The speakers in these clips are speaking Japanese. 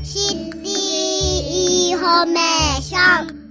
シティインフォメーション。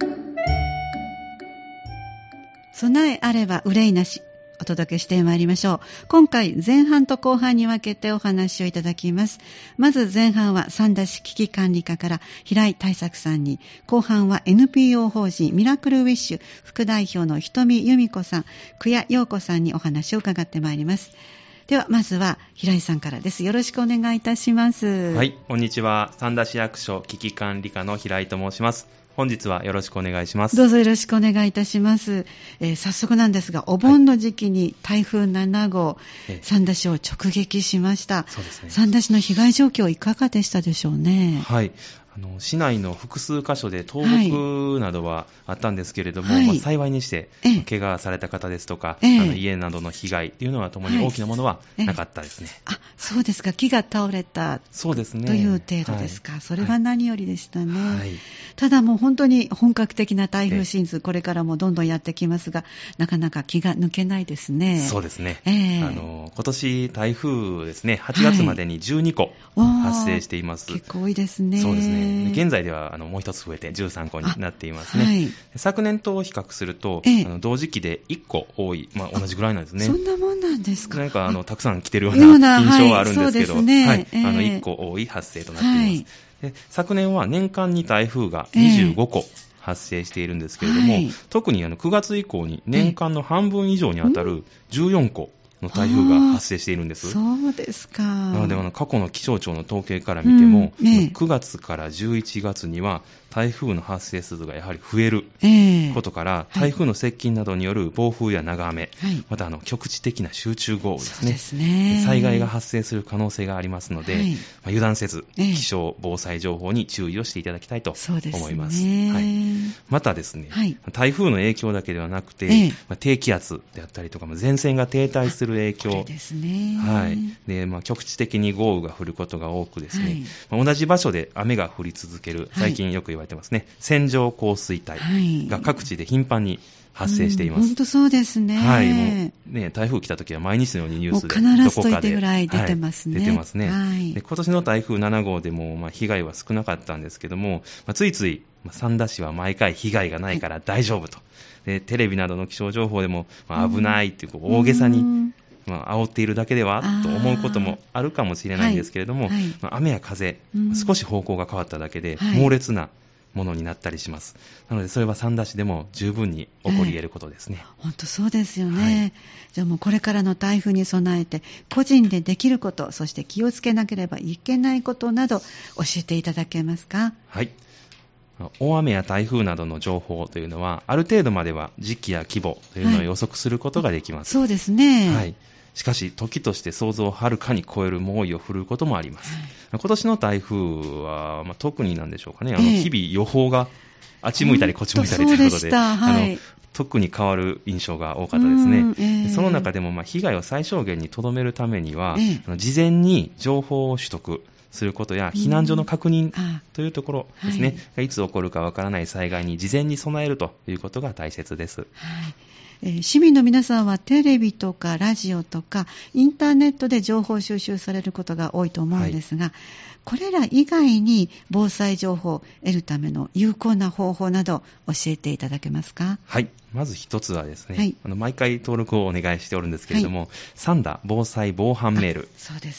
備えあれば憂いなし。お届けしてまいりましょう。今回前半と後半に分けてお話をいただきます。まず前半は三田市危機管理課から平井大作さんに、後半は NPO 法人ミラクルウィッシュ副代表の瞳由美子さん、久谷陽子さんにお話を伺ってまいります。ではまずは平井さんからです。よろしくお願いいたします。 はい、こんにちは。三田市役所危機管理課の平井と申します。本日はよろしくお願いします。 どうぞよろしくお願いいたします。早速なんですが、お盆の時期に台風7号、三田市を直撃しました。 そうですね。 三田市の被害状況いかがでしたでしょうね。 はい。市内の複数箇所で倒木などはあったんですけれども、幸いにして怪我された方ですとか、家などの被害というのはともに大きなものはなかったですね。 そうですか。木が倒れたそうですねという程度ですか。それは何よりでしたね。ただもう本当に本格的な台風シーズン、これからもどんどんやってきますが、なかなか気が抜けないですね。 そうですね。今年台風ですね、8月までに12個発生しています。 結構多いですね。 そうですね。現在ではもう一つ増えて13個になっていますね。昨年と比較すると、同時期で1個多い、同じぐらいなんですね。 そんなもんなんですか。 なんかたくさん来てるような印象はあるんですけど、1個多い発生となっています。で、昨年は年間に台風が25個発生しているんですけれども、特に9月以降に年間の半分以上にあたる14個の台風が発生しているんです。 そうですか。 なので過去の気象庁の統計から見ても、9月から11月には台風の発生数がやはり増えることから、台風の接近などによる暴風や長雨、また局地的な集中豪雨ですね、災害が発生する可能性がありますので、油断せず気象防災情報に注意をしていただきたいと思います。またですね、台風の影響だけではなくて、低気圧であったりとか前線が停滞する影響ですね。 で、局地的に豪雨が降ることが多くですね、同じ場所で雨が降り続ける、最近よく言われてますね、線状降水帯が各地で頻繁に発生しています。 本当そうですね。 もうね、台風来た時は毎日のようにニュースで必ずと言ってぐらい出てますね。 出てますね。で、今年の台風7号でも被害は少なかったんですけども、ついつい三田市は毎回被害がないから大丈夫と、でテレビなどの気象情報でも危ないっていう大げさに煽っているだけではと思うこともあるかもしれないんですけれども、雨や風、少し方向が変わっただけで猛烈なものになったりします。なのでそれは三田市でも十分に起こり得ることですね。 本当そうですよね。じゃあもうこれからの台風に備えて個人でできること、そして気をつけなければいけないことなど教えていただけますか。 はい。大雨や台風などの情報というのはある程度までは時期や規模というのを予測することができます。 そうですね。 しかし時として想像をはるかに超える猛威を振るうこともあります。今年の台風は、特になんでしょうかね、日々予報があっち向いたりこっち向いたりということで、特に変わる印象が多かったですね。その中でも被害を最小限にとどめるためには、事前に情報を取得することや避難所の確認というところですね、いつ起こるかわからない災害に事前に備えるということが大切です。 市民の皆さんはテレビとかラジオとかインターネットで情報収集されることが多いと思うんですが、これら以外に防災情報を得るための有効な方法など教えていただけますか。 はい。まず一つはですね、毎回登録をお願いしておるんですけれども、三田防災防犯メールです。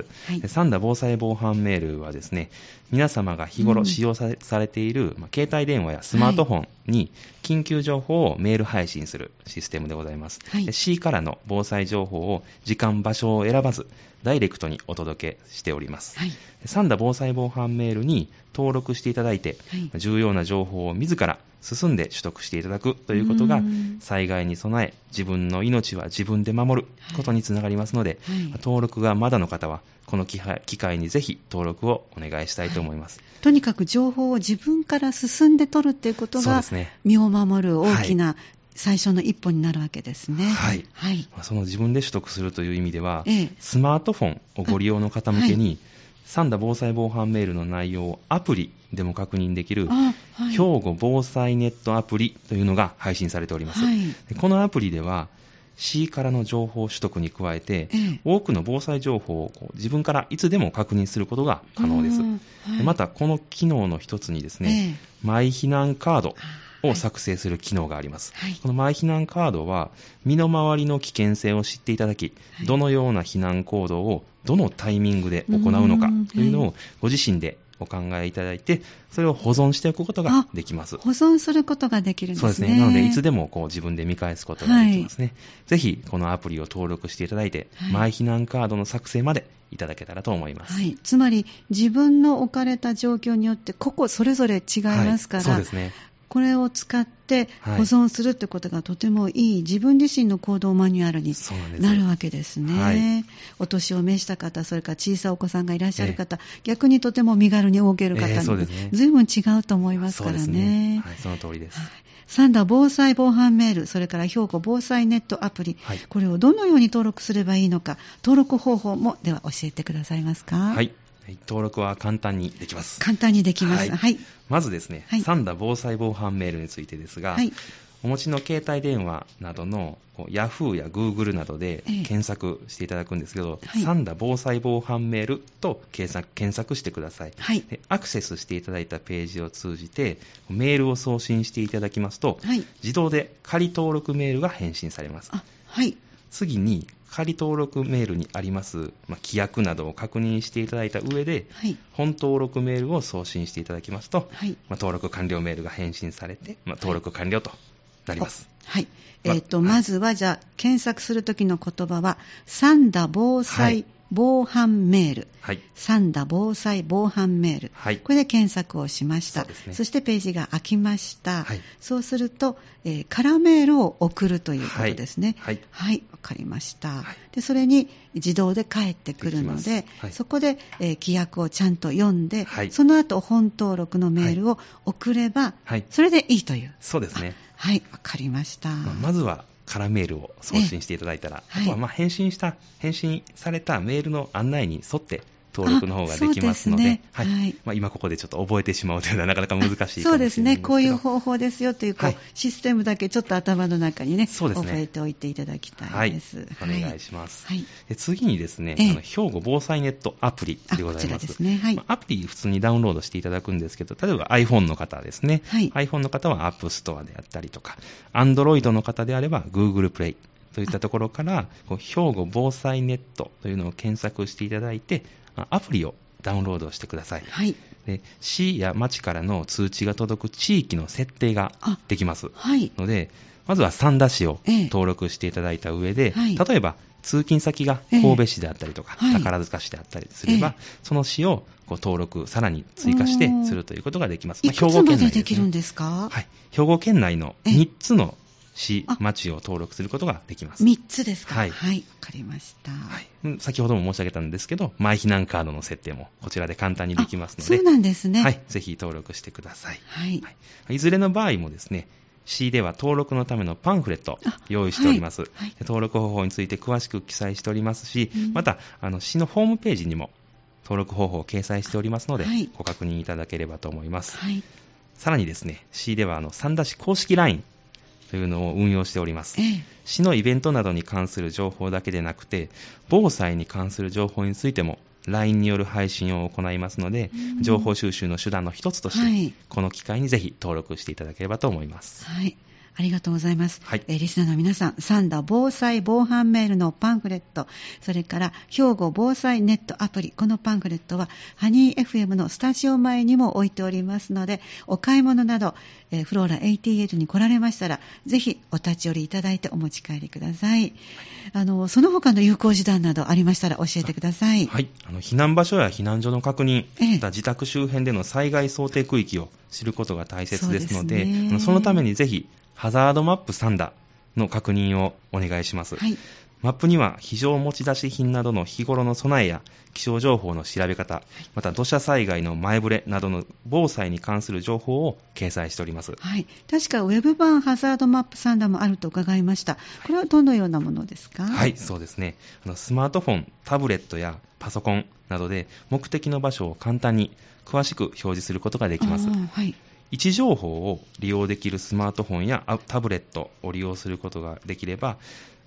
三田防災防犯メールはですね、皆様が日頃使用されている、携帯電話やスマートフォンに緊急情報をメール配信するシステムでございます。C からの防災情報を時間場所を選ばずダイレクトにお届けしております。三田防災防犯メールに登録していただいて、重要な情報を自ら進んで取得していただくということが、災害に備え自分の命は自分で守ることにつながりますので、登録がまだの方はこの機会にぜひ登録をお願いしたいと思います。 とにかく情報を自分から進んで取るということが、身を守る大きな最初の一歩になるわけですね。その自分で取得するという意味では、スマートフォンをご利用の方向けに、三田防災防犯メールの内容をアプリでも確認できる、兵庫防災ネットアプリというのが配信されております。このアプリでは市からの情報取得に加えて、多くの防災情報を自分からいつでも確認することが可能です。またこの機能の一つにですね、マイ避難カードを作成する機能があります。このマイ避難カードは身の回りの危険性を知っていただき、どのような避難行動をどのタイミングで行うのかというのをご自身でお考えいただいて、それを保存しておくことができます。 保存することができるんですね。 そうですね。なのでいつでも自分で見返すことができますね。ぜひこのアプリを登録していただいて、マイ避難カードの作成までいただけたらと思います。 つまり自分の置かれた状況によって個々それぞれ違いますから、 そうですね。 これを使って保存するってことがとてもいい、自分自身の行動マニュアルになるわけですね。お年を召した方、それから小さいお子さんがいらっしゃる方、逆にとても身軽に動ける方に随分違うと思いますからね。 その通りです。 サンダ防災防犯メール、それから兵庫防災ネットアプリ、これをどのように登録すればいいのか、登録方法もでは教えてくださいますか。 登録は簡単にできます。 簡単にできます。 まずですね、サンダ防災防犯メールについてですが、お持ちの携帯電話などのYahoo や Google などで検索していただくんですけど、サンダ防災防犯メールと検索してください。でアクセスしていただいたページを通じてメールを送信していただきますと、自動で仮登録メールが返信されます。次に仮登録メールにあります、規約などを確認していただいた上で、本登録メールを送信していただきますと、登録完了メールが返信されて、登録完了となります。 まずはじゃあ検索するときの言葉はサンダ防災防犯メール、サンダ防災防犯メール、これで検索をしました。 そしてページが開きました。そうすると、カラーメールを送るということですね。わかりました。でそれに自動で返ってくるので、そこで、規約をちゃんと読んで、その後本登録のメールを送れば、それでいいという。 そうですね。 わかりました。 まずはカラーメールを送信していただいたら、あとは返信されたメールの案内に沿って登録の方ができますので、今ここでちょっと覚えてしまうというのはなかなか難しいかもしれないんですけど、 そうですね、こういう方法ですよという、システムだけちょっと頭の中にね、覚えておいていただきたいです。 お願いします。で次にですね、兵庫防災ネットアプリでございます。アプリ普通にダウンロードしていただくんですけど、例えば iPhone の方ですね、iPhone の方は App Store であったりとか、Android の方であれば Google Playといったところから兵庫防災ネットというのを検索していただいて、アプリをダウンロードしてください。で市や町からの通知が届く地域の設定ができますので、まずは三田市を登録していただいた上で、例えば通勤先が神戸市であったりとか、宝塚市であったりすれば、その市を登録さらに追加してするということができます。 いくつまでできるんですか？ 兵庫県内の3つの市、町を登録することができます。 3つですか？わかりました。 先ほども申し上げたんですけど、マイ避難カードの設定もこちらで簡単にできますので、 そうなんですね。 ぜひ登録してください。いずれの場合もですね、市では登録のためのパンフレットを用意しております。登録方法について詳しく記載しておりますし、また市のホームページにも登録方法を掲載しておりますので、ご確認いただければと思います。さらにですね、市では三田市公式 LINEというのを運用しております。市のイベントなどに関する情報だけでなくて、防災に関する情報についても LINE による配信を行いますので、情報収集の手段の一つとして、この機会にぜひ登録していただければと思います。 ありがとうございます。リスナーの皆さん、サンダ防災防犯メールのパンフレット、それから兵庫防災ネットアプリ、このパンフレットはハニー FM のスタジオ前にも置いておりますので、お買い物など、フローラ88に来られましたら、ぜひお立ち寄りいただいてお持ち帰りください。その他の有効手段などありましたら教えてください。 避難場所や避難所の確認、また自宅周辺での災害想定区域を知ることが大切ですので、そのためにぜひハザードマップサンダの確認をお願いします。マップには非常持ち出し品などの日頃の備えや気象情報の調べ方、また土砂災害の前触れなどの防災に関する情報を掲載しております。 確かウェブ版ハザードマップサンダもあると伺いました。これはどのようなものですか？ そうですね。スマートフォン、タブレットやパソコンなどで目的の場所を簡単に詳しく表示することができます。位置情報を利用できるスマートフォンやタブレットを利用することができれば、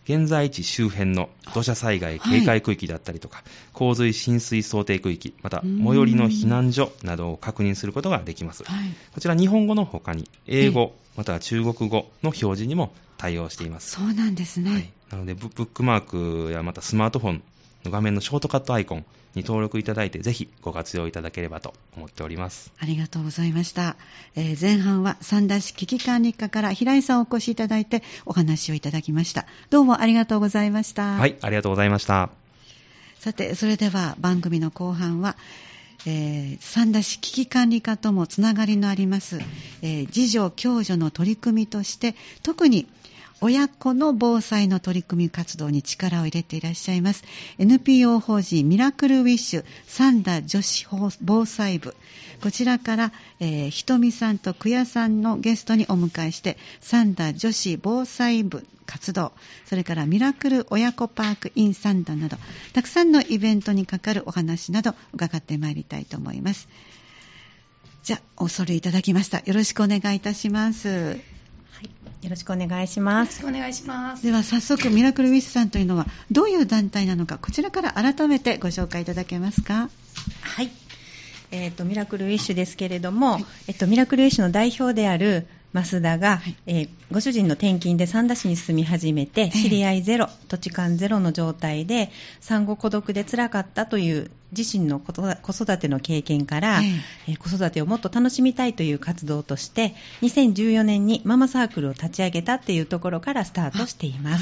現在地周辺の土砂災害警戒区域だったりとか、洪水浸水想定区域、また最寄りの避難所などを確認することができます。こちら日本語の他に英語、または中国語の表示にも対応しています。 そうなんですね。 なのでブックマークやまたスマートフォンの画面のショートカットアイコンに登録いただいて、ぜひご活用いただければと思っております。 ありがとうございました。前半は三田市危機管理課から平井さんお越しいただいてお話をいただきました。どうもありがとうございました。 はい、ありがとうございました。 さて、それでは番組の後半は、三田市危機管理課ともつながりのあります、自助共助の取り組みとして、特に親子の防災の取り組み活動に力を入れていらっしゃいます NPO 法人ミラクルウィッシュ三田女子防災部、こちらから、ひとみさんとくやさんのゲストにお迎えして、三田女子防災部活動、それからミラクル親子パーク in 三田など、たくさんのイベントに関わるお話など伺ってまいりたいと思います。じゃあ、おそれいただきました。よろしくお願いいたします。 よろしくお願いします。 よろしくお願いします。 では早速、ミラクルウィッシュさんというのはどういう団体なのか、こちらから改めてご紹介いただけますか。 はい、ミラクルウィッシュですけれども、ミラクルウィッシュの代表である増田が、ご主人の転勤で三田市に住み始めて、知り合いゼロ、土地勘ゼロの状態で産後孤独で辛かったという自身の子育ての経験から、子育てをもっと楽しみたいという活動として2014年にママサークルを立ち上げたっていうところからスタートしています。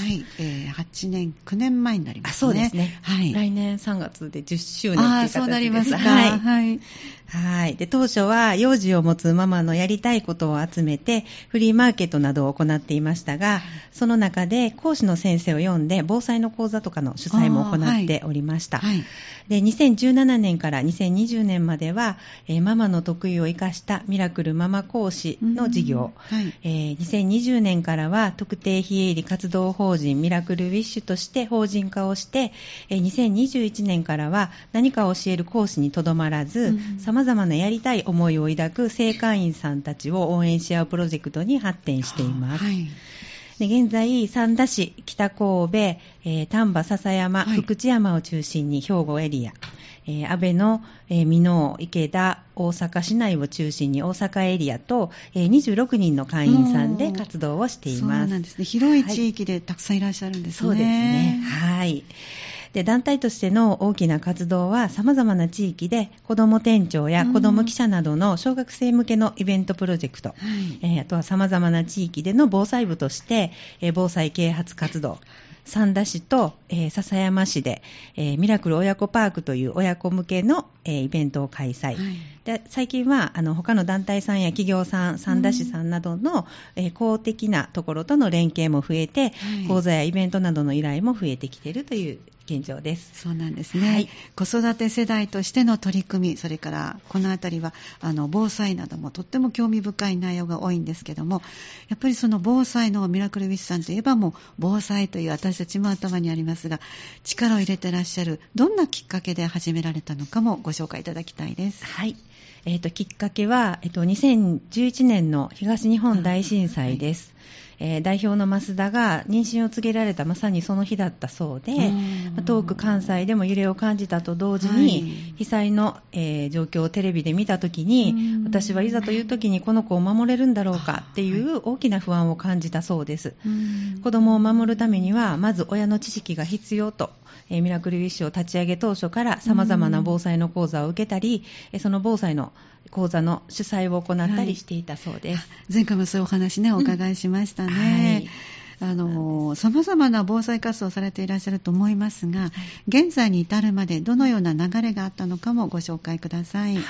8年9年前になりますね。 そうですね、来年3月で10周年という形です。 そうなりますか。 で、当初は幼児を持つママのやりたいことを集めてフリーマーケットなどを行っていましたが、その中で講師の先生を呼んで防災の講座とかの主催も行っておりました。で、2017年から2020年までは、ママの得意を生かしたミラクルママ講師の事業、2020年からは特定非営利活動法人ミラクルウィッシュとして法人化をして、2021年からは何かを教える講師にとどまらず、様々なやりたい思いを抱く正会員さんたちを応援し合うプロジェクトに発展しています。で、現在三田市、北神戸、丹波篠山、福知山を中心に兵庫エリア、安倍の箕面、池田、大阪市内を中心に大阪エリアと26人の会員さんで活動をしています。 そうなんですね。広い地域でたくさんいらっしゃるんですね。 そうですね。で、団体としての大きな活動は様々な地域で子ども店長や子ども記者などの小学生向けのイベントプロジェクト、あとは様々な地域での防災部として、防災啓発活動、三田市と、篠山市で、ミラクル親子パークという親子向けの、イベントを開催、で、最近は他の団体さんや企業さん、三田市さんなどの、公的なところとの連携も増えて、講座やイベントなどの依頼も増えてきているという現状です。 そうなんですね。子育て世代としての取り組み、それからこのあたりは防災などもとっても興味深い内容が多いんですけども、やっぱりその防災のミラクルウィッシュさんといえばもう防災という私たちも頭にありますが、力を入れてらっしゃる、どんなきっかけで始められたのかもご紹介いただきたいです。 きっかけは、2011年の東日本大震災です。代表の増田が妊娠を告げられたまさにその日だったそうで、遠く関西でも揺れを感じたと同時に、被災の、状況をテレビで見たときに、私はいざというときにこの子を守れるんだろうかっていう大きな不安を感じたそうです。子供を守るためにはまず親の知識が必要と、ミラクルウィッシュを立ち上げ当初から様々な防災の講座を受けたり、その防災の講座の主催を行ったりしていたそうです。 前回もそういうお話ね、お伺いしましたね。様々な防災活動をされていらっしゃると思いますが、現在に至るまでどのような流れがあったのかもご紹介ください。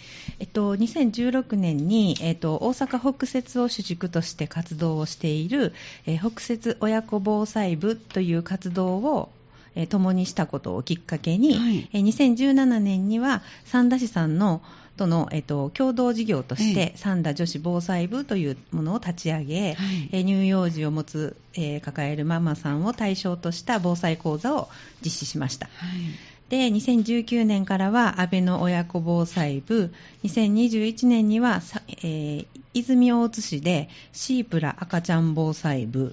2016年に、大阪北摂を主軸として活動をしている、北摂親子防災部という活動を共にしたことをきっかけに、2017年には三田市さんのとの、共同事業として、三田女子防災部というものを立ち上げ、乳幼児を持つ、抱えるママさんを対象とした防災講座を実施しました。で、2019年からは安倍の親子防災部、2021年には、泉大津市でシープラ赤ちゃん防災部、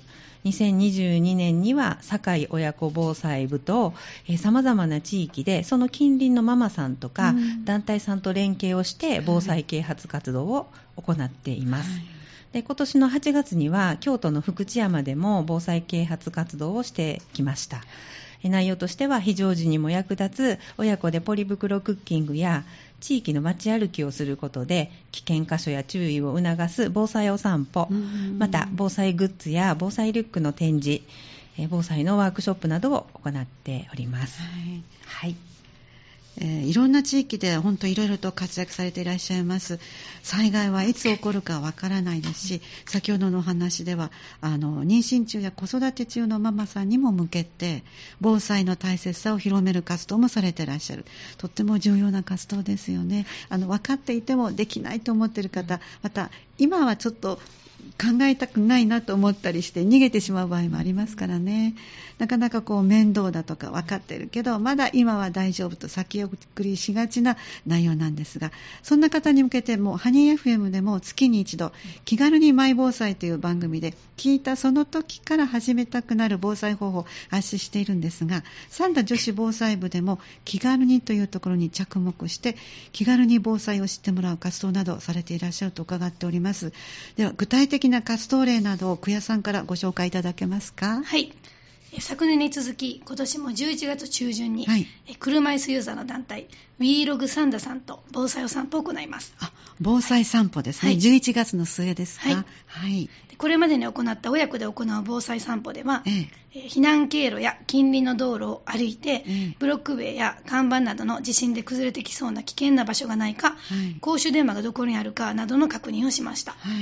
2022年には堺親子防災部と様々な地域でその近隣のママさんとか団体さんと連携をして防災啓発活動を行っています。で、今年の8月には京都の福知山でも防災啓発活動をしてきました。内容としては非常時にも役立つ親子でポリ袋クッキングや地域の街歩きをすることで危険箇所や注意を促す防災お散歩、また防災グッズや防災リュックの展示、防災のワークショップなどを行っております。はい。 いろんな地域で本当いろいろと活躍されていらっしゃいます。災害はいつ起こるかわからないですし、先ほどのお話では妊娠中や子育て中のママさんにも向けて防災の大切さを広める活動もされていらっしゃる。とっても重要な活動ですよね。分かっていてもできないと思っている方、また今はちょっと考えたくないなと思ったりして逃げてしまう場合もありますからね。なかなか面倒だとか分かっているけどまだ今は大丈夫と先送りしがちな内容なんですが、そんな方に向けてもハニー FM でも月に一度気軽にマイ防災という番組で聞いたその時から始めたくなる防災方法を発信しているんですが、三田女子防災部でも気軽にというところに着目して気軽に防災を知ってもらう活動などをされていらっしゃると伺っております。では具体的な活動例などを久谷さんからご紹介いただけますか？ はい。昨年に続き今年も11月中旬に、はい、車椅子ユーザーの団体 WeLog サンダさんと防災お散歩を行います。 防災散歩ですね、はい、11月の末ですか？ はい、はい、これまでに行った親子で行う防災散歩では、避難経路や近隣の道路を歩いて、ブロック塀や看板などの地震で崩れてきそうな危険な場所がないか、公衆電話がどこにあるかなどの確認をしました。はい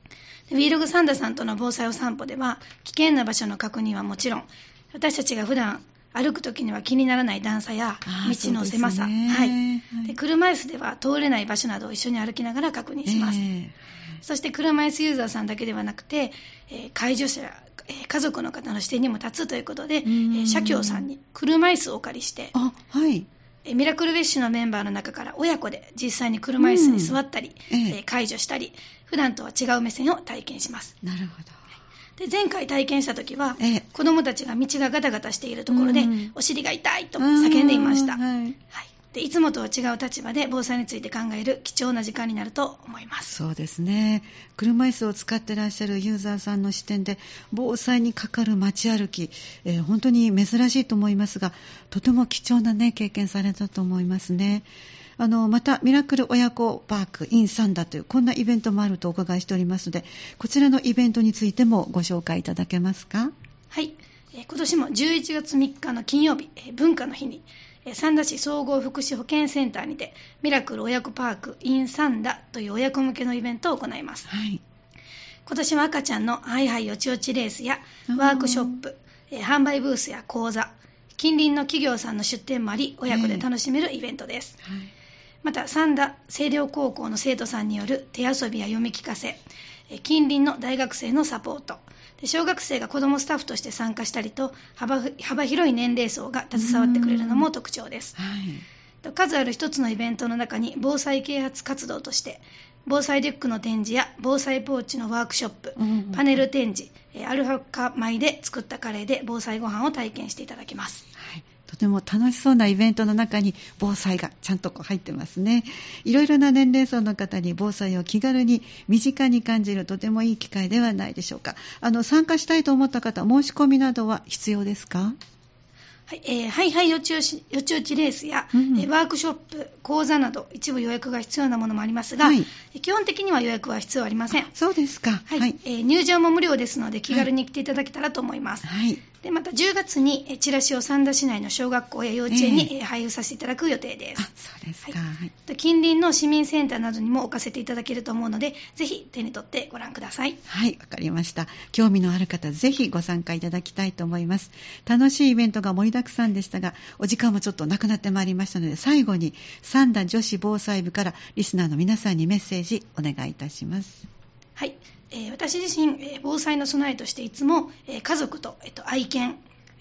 、WeLog サンダさんとの防災お散歩では危険な場所の確認はもちろん、私たちが普段歩くときには気にならない段差や道の狭さ、で車椅子では通れない場所などを一緒に歩きながら確認します。そして車椅子ユーザーさんだけではなくて、介助者や家族の方の視点にも立つということで、社協さんに車椅子をお借りして、ミラクルウェッシュのメンバーの中から親子で実際に車椅子に座ったり、介助したり、普段とは違う目線を体験します。 なるほど。 で前回体験したときは、子どもたちが道がガタガタしているところで、お尻が痛いと叫んでいました。でいつもとは違う立場で防災について考える貴重な時間になると思います。 そうですね。車椅子を使っていらっしゃるユーザーさんの視点で防災にかかる街歩き、本当に珍しいと思いますが、とても貴重な、経験されたと思いますね。またミラクル親子パーク in サンダというこんなイベントもあるとお伺いしておりますので、こちらのイベントについてもご紹介いただけますか？ はい、今年も11月3日の金曜日、文化の日に三田市総合福祉保健センターにてミラクル親子パーク in サンダという親子向けのイベントを行います。はい、今年は赤ちゃんのハイハイよちよちレースやワークショップ、販売ブースや講座、近隣の企業さんの出店もあり、親子で楽しめるイベントです。また三田清涼高校の生徒さんによる手遊びや読み聞かせ、近隣の大学生のサポートで、小学生が子どもスタッフとして参加したりと、幅広い年齢層が携わってくれるのも特徴です。数ある一つのイベントの中に防災啓発活動として防災リュックの展示や防災ポーチのワークショップ、パネル展示、アルファ化米で作ったカレーで防災ご飯を体験していただきます。 とても楽しそうなイベントの中に防災がちゃんと入ってますね。いろいろな年齢層の方に防災を気軽に身近に感じるとてもいい機会ではないでしょうか。参加したいと思った方、申し込みなどは必要ですか？ はい、ハイハイよちよちレースや、ワークショップ、講座など一部予約が必要なものもありますが、基本的には予約は必要ありません。 そうですか。 入場も無料ですので気軽に来ていただけたらと思います。でまた10月にチラシを三田市内の小学校や幼稚園に配布させていただく予定です。 そうですか。 近隣の市民センターなどにも置かせていただけると思うので、ぜひ手に取ってご覧ください。 はい、わかりました。興味のある方、ぜひご参加いただきたいと思います。楽しいイベントが盛りだくさんでしたが、お時間もちょっとなくなってまいりましたので、最後に三田女子防災部からリスナーの皆さんにメッセージお願いいたします。 はい、私自身、防災の備えとしていつも、家族と、愛犬、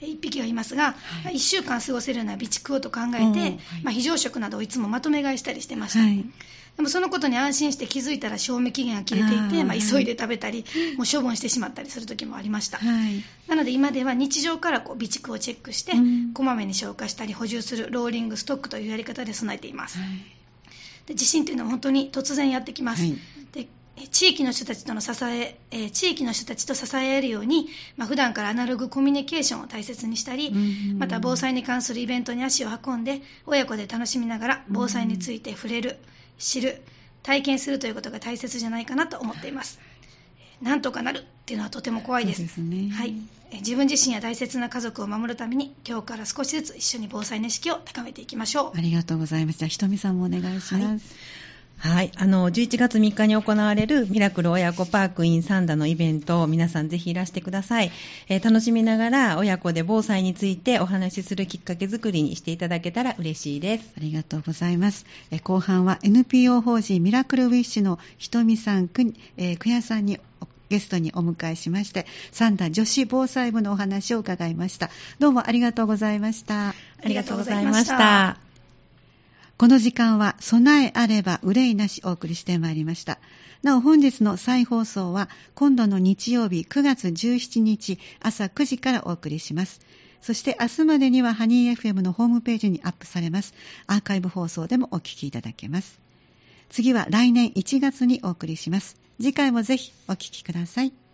1匹はいますが、1週間過ごせるような備蓄をと考えて、非常食などをいつもまとめ買いしたりしてました。でもそのことに安心して気づいたら賞味期限が切れていて、急いで食べたりもう処分してしまったりする時もありました。なので今では日常から備蓄をチェックして、こまめに消化したり補充するローリングストックというやり方で備えています。で地震というのは本当に突然やってきます。で地域の人たちと支え合えるように、普段からアナログコミュニケーションを大切にしたり、また防災に関するイベントに足を運んで親子で楽しみながら防災について触れる、知る、体験するということが大切じゃないかなと思っています。なんとかなるっていうのはとても怖いです。自分自身や大切な家族を守るために今日から少しずつ一緒に防災の意識を高めていきましょう。 ありがとうございます。じゃあひとみさんもお願いします。 11月3日に行われるミラクル親子パーク in 三田のイベントを皆さんぜひいらしてください。楽しみながら親子で防災についてお話しするきっかけ作りにしていただけたら嬉しいです。 ありがとうございます。後半は NPO 法人ミラクルウィッシュのひとみさん、くやさんにゲストにお迎えしまして三田女子防災部のお話を伺いました。どうもありがとうございました。 ありがとうございました。 この時間は備えあれば憂いなしお送りしてまいりました。なお本日の再放送は今度の日曜日9月17日朝9時からお送りします。そして明日までにはハニー FM のホームページにアップされます。アーカイブ放送でもお聞きいただけます。次は来年1月にお送りします。次回もぜひお聞きください。